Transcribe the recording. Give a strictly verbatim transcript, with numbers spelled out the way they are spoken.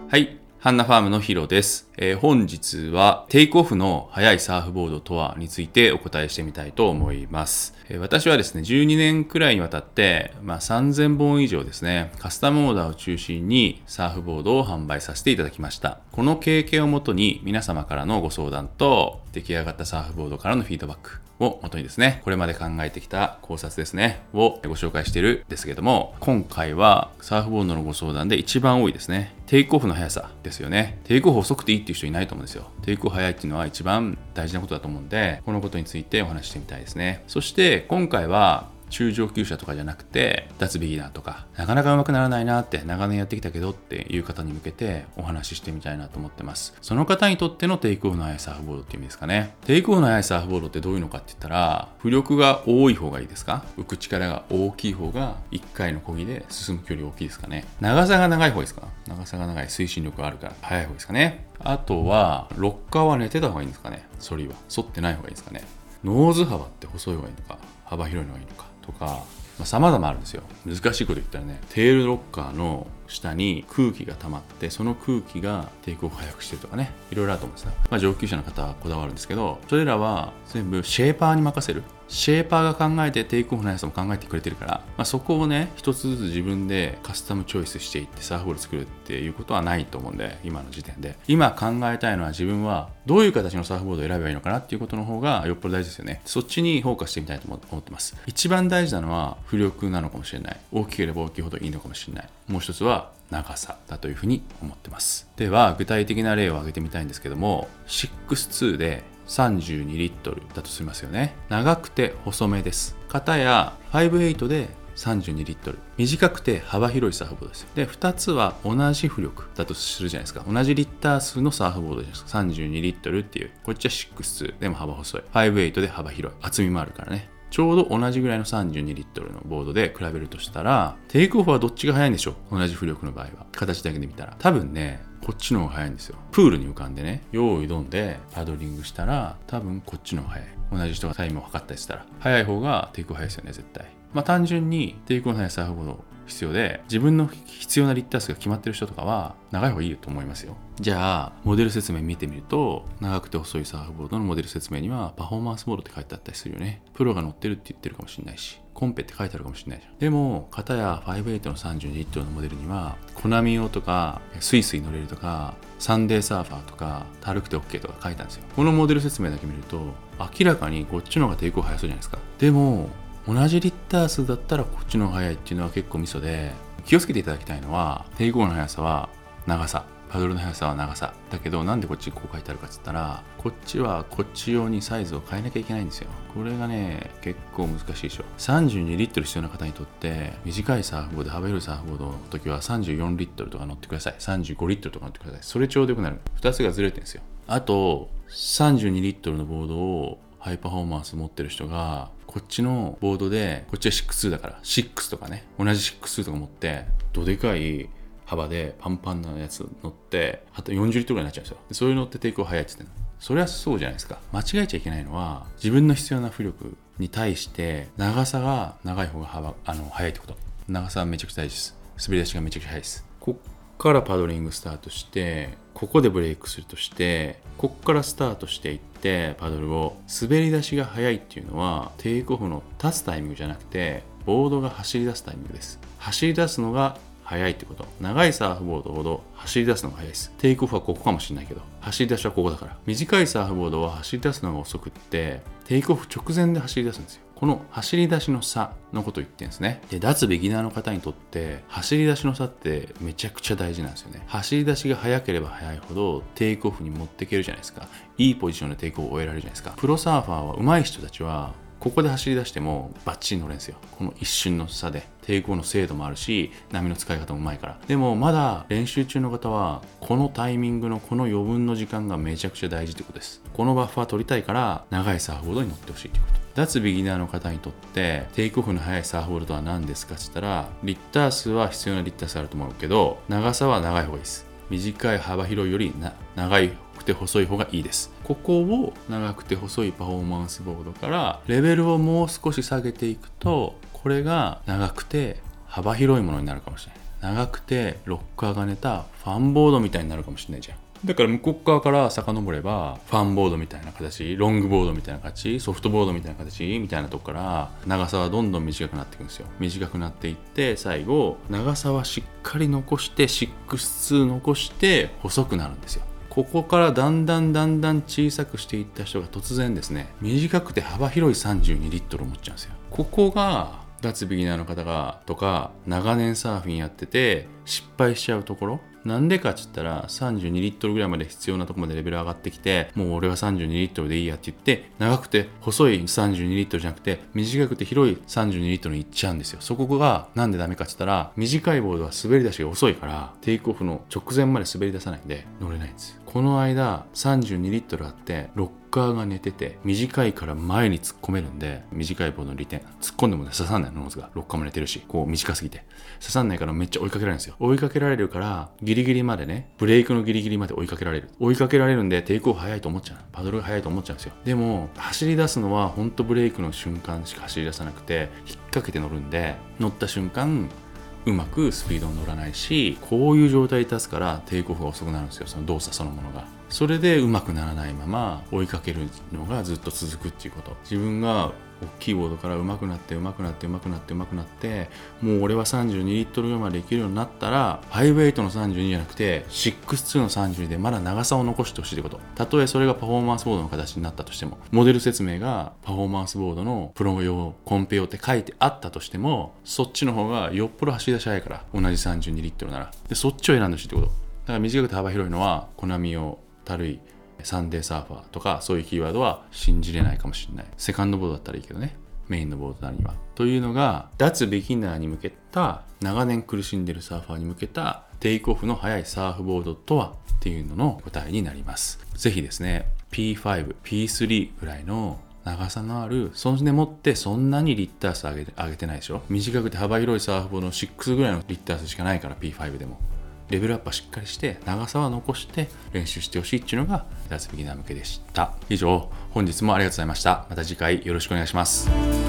はい、ハンナファームのヒロです。えー、本日はテイクオフの速いサーフボードとはについてお答えしてみたいと思います。えー、私はですね、じゅうにねんくらいにわたって、まあ、さんぜんぼん以上ですね、カスタムオーダーを中心にサーフボードを販売させていただきました。この経験をもとに皆様からのご相談と出来上がったサーフボードからのフィードバックを元にですね、これまで考えてきた考察ですね、をご紹介しているんですけども、今回はサーフボードのご相談で一番多いですね、テイクオフの速さですよね。テイクオフ遅くていいっていう人いないと思うんですよ。テイクオフ速いっていうのは一番大事なことだと思うんで、このことについてお話ししてみたいですね。そして今回は中上級者とかじゃなくて脱ビギナーとかなかなか上手くならないなって長年やってきたけどっていう方に向けてお話ししてみたいなと思ってます。その方にとってのテイクオフの速いサーフボードっていう意味ですかね。テイクオフの速いサーフボードってどういうのかって言ったら、浮力が多い方がいいですか、浮く力が大きい方がいっかいの漕ぎで進む距離大きいですかね。長さが長い方がいいですか、長さが長い推進力があるから速い方がいいですかね。あとはロッカーは寝てた方がいいんですかね。反りは反ってない方がいいですかね。ノーズ幅って細い方がいいのか幅広いのがいいのかとか、さまざまあるんですよ。難しいこと言ったらね、テールロッカーの下に空気が溜まって、その空気がテイクオフ早くしてるとかね、いろいろあると思うんですよ。まあ、上級者の方はこだわるんですけど、それらは全部シェーパーに任せる。シェーパーが考えてテイクオフの速さも考えてくれてるから、まあ、そこをね一つずつ自分でカスタムチョイスしていってサーフボード作るっていうことはないと思うんで、今の時点で今考えたいのは、自分はどういう形のサーフボードを選べばいいのかなっていうことの方がよっぽど大事ですよね。そっちにフォーカスしてみたいと思ってます。一番大事なのは浮力なのかもしれない。大きければ大きいほどいいのかもしれない。もう一つは長さだというふうに思ってます。では具体的な例を挙げてみたいんですけども、シックスツーでさんじゅうにリットルだとしますよね。長くて細めです。片やファイブエイトでさんじゅうにリットル、短くて幅広いサーフボードです。で、ふたつは同じ浮力だとするじゃないですか。同じリッター数のサーフボードじゃないですか。さんじゅうにリットルっていう、こっちはシックスツーでも幅細い、ファイブエイトで幅広い、厚みもあるからね。ちょうど同じぐらいのさんじゅうにリットルのボードで比べるとしたら、テイクオフはどっちが速いんでしょう。同じ浮力の場合は形だけで見たら多分ね、こっちの方が速いんですよ。プールに浮かんでね、用意ドンでパドリングしたら多分こっちの方が速い。同じ人がタイムを測ったりしたら速い方がテイクオフ速いですよね、絶対。まあ単純にテイクオフの速いサーフボード必要で、自分の必要なリッター数が決まってる人とかは長い方がいいと思いますよ。じゃあモデル説明見てみると、長くて細いサーフボードのモデル説明にはパフォーマンスボードって書いてあったりするよね。プロが乗ってるって言ってるかもしれないし、コンペって書いてあるかもしれないじゃん。でも片やファイブエイトのさんじゅうにリットルのモデルにはコナミ用とかスイスイ乗れるとかサンデーサーファーとか軽くて OK とか書いたんですよ。このモデル説明だけ見ると明らかにこっちの方がテイクオフ速そうじゃないですか。でも同じリッター数だったらこっちの方が速いっていうのは結構ミソで、気をつけていただきたいのは、テイクオフの速さは長さ、パドルの速さは長さだけど、なんでこっちこう書いてあるかっつったら、こっちはこっち用にサイズを変えなきゃいけないんですよ。これがね結構難しいでしょ。さんじゅうにリットル必要な方にとって短いサーフボード、幅広いサーフボードの時はさんじゅうよんリットルとか乗ってください。さんじゅうごリットルとか乗ってください。それちょうどよくなる。ふたつがずれてるんですよ。あとさんじゅうにリットルのボードをハイパフォーマンス持ってる人がこっちのボードで、こっちはシックスツーだからシックスとかね、同じシックスツーとか持ってどでかい幅でパンパンなやつ乗ってあとよんじゅうリットルぐらいになっちゃうんですよ。でそういうのってテイクオフ速いって言ってんの。それはそうじゃないですか。間違えちゃいけないのは、自分の必要な浮力に対して長さが長い方が幅あの速いってこと。長さはめちゃくちゃ大事です。滑り出しがめちゃくちゃ速いです。こっからパドリングスタートして、ここでブレイクするとして、こっからスタートしていってパドルを、滑り出しが速いっていうのはテイクオフの立つタイミングじゃなくて、ボードが走り出すタイミングです。走り出すのが速いってこと。長いサーフボードほど走り出すのが速いです。テイクオフはここかもしれないけど、走り出しはここだから。短いサーフボードは走り出すのが遅くって、テイクオフ直前で走り出すんですよ。この走り出しの差のことを言ってるんですね。で、脱ビギナーの方にとって走り出しの差ってめちゃくちゃ大事なんですよね。走り出しが速ければ速いほどテイクオフに持っていけるじゃないですか。いいポジションでテイクオフを終えられるじゃないですか。プロサーファーは上手い人たちはここで走り出してもバッチリ乗れるんですよ。この一瞬の差でテイクオフの精度もあるし、波の使い方もうまいから。でもまだ練習中の方はこのタイミングのこの余分の時間がめちゃくちゃ大事ってことです。このバッファー取りたいから長いサーフボードに乗ってほしいってこと。脱ビギナーの方にとってテイクオフの速いサーフボードとは何ですかって言ったら、リッター数は必要なリッター数あると思うけど、長さは長い方がいいです。短い幅広いよりな長いくて細い方がいいです。ここを長くて細いパフォーマンスボードからレベルをもう少し下げていくと、これが長くて幅広いものになるかもしれない。 長くてロッカーが寝たファンボードみたいになるかもしれないじゃん。だから向こう側から遡ればファンボードみたいな形、ロングボードみたいな形、ソフトボードみたいな形みたいなとこから長さはどんどん短くなっていくんですよ。短くなっていって最後長さはしっかり残してシックスツー残して細くなるんですよ。ここからだんだんだんだん小さくしていった人が突然ですね、短くて幅広いさんじゅうにリットルを持っちゃうんですよ。ここが脱ビギナーの方がとか長年サーフィンやってて失敗しちゃうところ、なんでかっつったらさんじゅうにリットルぐらいまで必要なところまでレベル上がってきて、もう俺はさんじゅうにリットルでいいやって言って長くて細いさんじゅうにリットルじゃなくて短くて広いさんじゅうにリットルに行っちゃうんですよ。そこがなんでダメかっつったら、短いボードは滑り出しが遅いからテイクオフの直前まで滑り出さないんで乗れないんです。この間さんじゅうにリットルあってロッカーが寝てて短いから前に突っ込めるんで、短いボードの利点、突っ込んでも、ね、刺さんないのノーズが、ロッカーも寝てるしこう短すぎて刺さんないからめっちゃ追いかけられるんですよ。追いかけられるからギリギリまでね、ブレイクのギリギリまで追いかけられる追いかけられるんでテイクオフ早いと思っちゃう、パドルが早いと思っちゃうんですよ。でも走り出すのはほんとブレイクの瞬間しか走り出さなくて引っ掛けて乗るんで、乗った瞬間うまくスピードに乗らないし、こういう状態に立つからテイクオフが遅くなるんですよ、その動作そのものが。それでうまくならないまま追いかけるのがずっと続くっていうこと。自分が大きいボードから上手くなって上手くなって上手くなって上手くなって、もう俺はさんじゅうにリットルぐらいまでいけるようになったら、ファイブエイトのさんじゅうにじゃなくてシックスツーのさんじゅうにでまだ長さを残してほしいってこと。たとえそれがパフォーマンスボードの形になったとしても、モデル説明がパフォーマンスボードのプロ用コンペ用って書いてあったとしても、そっちの方がよっぽど走り出し早いから、同じさんじゅうにリットルならでそっちを選んでほしいってこと。だから短くて幅広いのはコナミ用、たるいサンデーサーファーとかそういうキーワードは信じれないかもしれない。セカンドボードだったらいいけどね、メインのボードなりはというのが、脱ビギナーに向けた、長年苦しんでるサーファーに向けたテイクオフの速いサーフボードとはっていうのの答えになります。ぜひですね ピーファイブ、ピースリー ぐらいの長さのある、そんでもってそんなにリッター数上げて上げてないでしょ。短くて幅広いサーフボードのシックスぐらいのリッター数しかないから ピーファイブ でもレベルアップはしっかりして長さは残して練習してほしいっていうのが脱ビギナー向けでした。以上、本日もありがとうございました。また次回よろしくお願いします。